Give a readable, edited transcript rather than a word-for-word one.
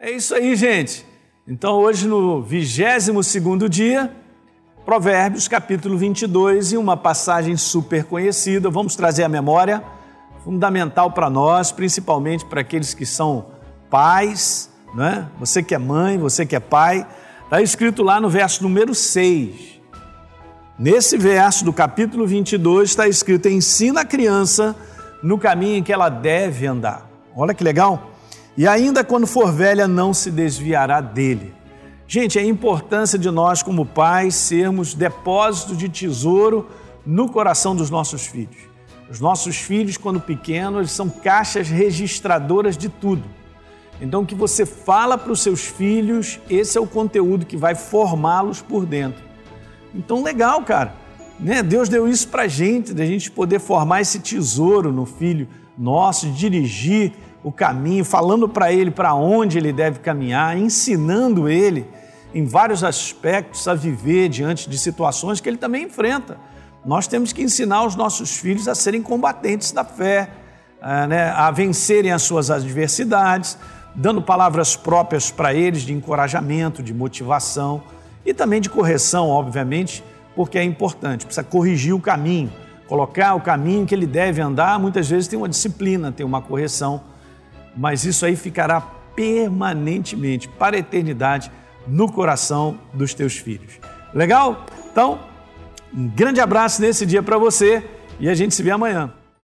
É isso aí, gente. Então, hoje, no 22º dia, Provérbios, capítulo 22, e uma passagem super conhecida. Vamos trazer à memória, fundamental para nós, principalmente para aqueles que são pais, né? Você que é mãe, você que é pai. Está escrito lá no verso número 6. Nesse verso do capítulo 22 está escrito: ensina a criança no caminho em que ela deve andar. Olha que legal. E ainda quando for velha, não se desviará dele. Gente, é a importância de nós, como pais, sermos depósito de tesouro no coração dos nossos filhos. Os nossos filhos, quando pequenos, eles são caixas registradoras de tudo. Então, o que você fala para os seus filhos, esse é o conteúdo que vai formá-los por dentro. Então, legal, cara. Né? Deus deu isso para a gente poder formar esse tesouro no filho nosso, dirigir o caminho, falando para ele para onde ele deve caminhar, ensinando ele em vários aspectos a viver diante de situações que ele também enfrenta. Nós temos que ensinar os nossos filhos a serem combatentes da fé, a vencerem as suas adversidades, dando palavras próprias para eles de encorajamento, de motivação e também de correção, obviamente, porque é importante, precisa corrigir o caminho, colocar o caminho que ele deve andar. Muitas vezes tem uma disciplina, tem uma correção, mas isso aí ficará permanentemente, para a eternidade, no coração dos teus filhos. Legal? Então, um grande abraço nesse dia para você e a gente se vê amanhã.